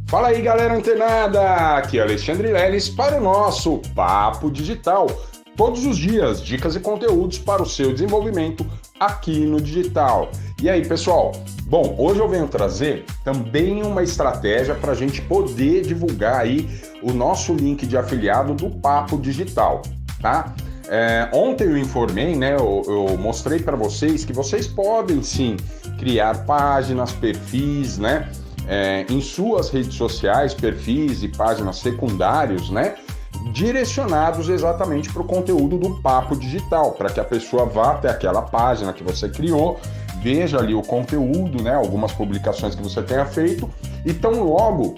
Fala aí, galera antenada! Aqui é Alexandre Leles para o nosso Papo Digital. Todos os dias, dicas e conteúdos para o seu desenvolvimento aqui no digital. E aí, pessoal? Bom, hoje eu venho trazer também uma estratégia para a gente poder divulgar aí o nosso link de afiliado do Papo Digital, tá? Ontem eu informei, né? Eu mostrei para vocês que vocês podem sim criar páginas, perfis, né? Em suas redes sociais, perfis e páginas secundários, né? Direcionados exatamente para o conteúdo do Papo Digital, para que a pessoa vá até aquela página que você criou, veja ali o conteúdo, né? Algumas publicações que você tenha feito, e tão logo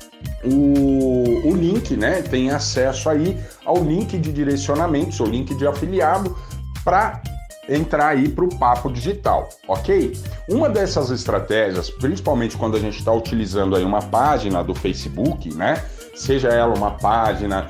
o link, né? Tem acesso aí ao link de direcionamento, seu link de afiliado, para entrar aí para o Papo Digital, ok? Uma dessas estratégias, principalmente quando a gente está utilizando aí uma página do Facebook, né? Seja ela uma página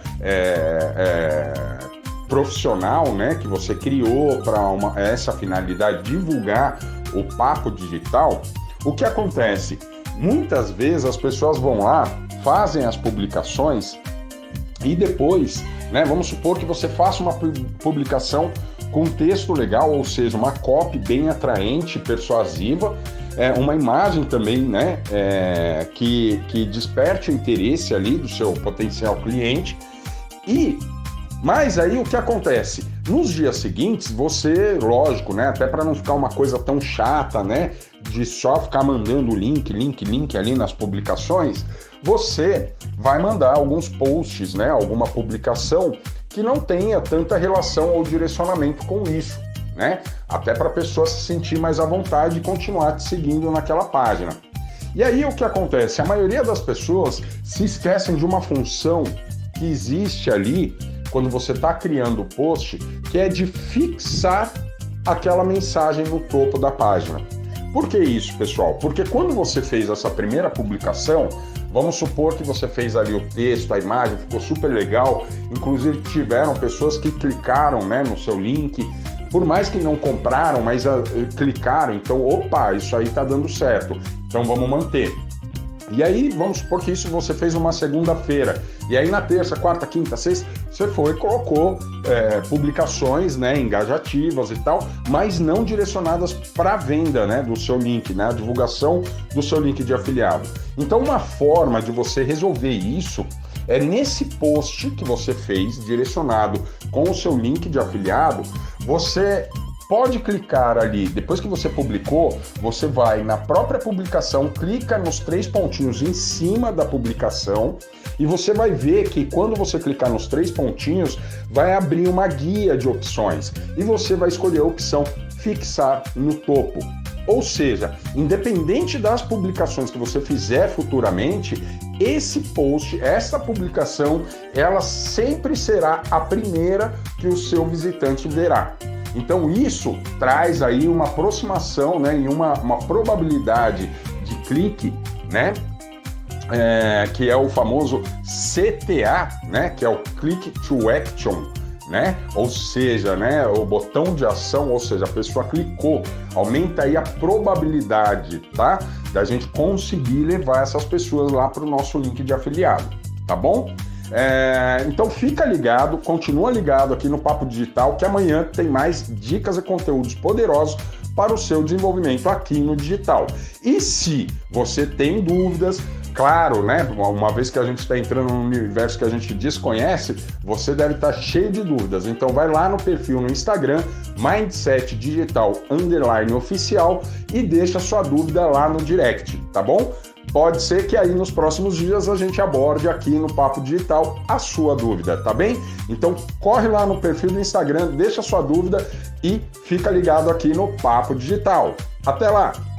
profissional, né? Que você criou para essa finalidade, divulgar o Papo Digital, o que acontece? Muitas vezes as pessoas vão lá, fazem as publicações e depois, né? Vamos supor que você faça uma publicação com texto legal, ou seja, uma copy bem atraente, persuasiva, uma imagem também, né, que desperte o interesse ali do seu potencial cliente. Mas aí o que acontece? Nos dias seguintes, você, lógico, né, até para não ficar uma coisa tão chata, né, de só ficar mandando link ali nas publicações, você vai mandar alguns posts, né, alguma publicação que não tenha tanta relação ou direcionamento com isso, né? Até para a pessoa se sentir mais à vontade e continuar te seguindo naquela página. E aí o que acontece? A maioria das pessoas se esquecem de uma função que existe ali quando você está criando o post, que é de fixar aquela mensagem no topo da página. Por que isso, pessoal? Porque quando você fez essa primeira publicação, vamos supor que você fez ali o texto, a imagem, ficou super legal, inclusive tiveram pessoas que clicaram, né, no seu link, por mais que não compraram, mas clicaram, então, opa, isso aí tá dando certo, então vamos manter. E aí, vamos supor que isso você fez uma segunda-feira, e aí na terça, quarta, quinta, sexta, você foi e colocou publicações, né, engajativas e tal, mas não direcionadas para a venda, né, do seu link, né, a divulgação do seu link de afiliado. Então, uma forma de você resolver isso é nesse post que você fez, direcionado com o seu link de afiliado, você pode clicar ali, depois que você publicou, você vai na própria publicação, clica nos 3 pontinhos em cima da publicação e você vai ver que quando você clicar nos 3 pontinhos, vai abrir uma guia de opções e você vai escolher a opção fixar no topo. Ou seja, independente das publicações que você fizer futuramente, esse post, essa publicação, ela sempre será a primeira que o seu visitante verá. Então isso traz aí uma aproximação, né, e uma probabilidade de clique, né, que é o famoso CTA, né, que é o Click to Action, né, ou seja, né, o botão de ação, ou seja, a pessoa clicou, aumenta aí a probabilidade, tá, da gente conseguir levar essas pessoas lá para o nosso link de afiliado, tá bom? Então fica ligado, continua ligado aqui no Papo Digital, que amanhã tem mais dicas e conteúdos poderosos para o seu desenvolvimento aqui no digital. E se você tem dúvidas, claro, né? Uma vez que a gente está entrando num universo que a gente desconhece, você deve estar cheio de dúvidas. Então vai lá no perfil no Instagram, Mindset Digital _oficial, e deixa sua dúvida lá no direct, tá bom? Pode ser que aí nos próximos dias a gente aborde aqui no Papo Digital a sua dúvida, tá bem? Então corre lá no perfil do Instagram, deixa sua dúvida e fica ligado aqui no Papo Digital. Até lá!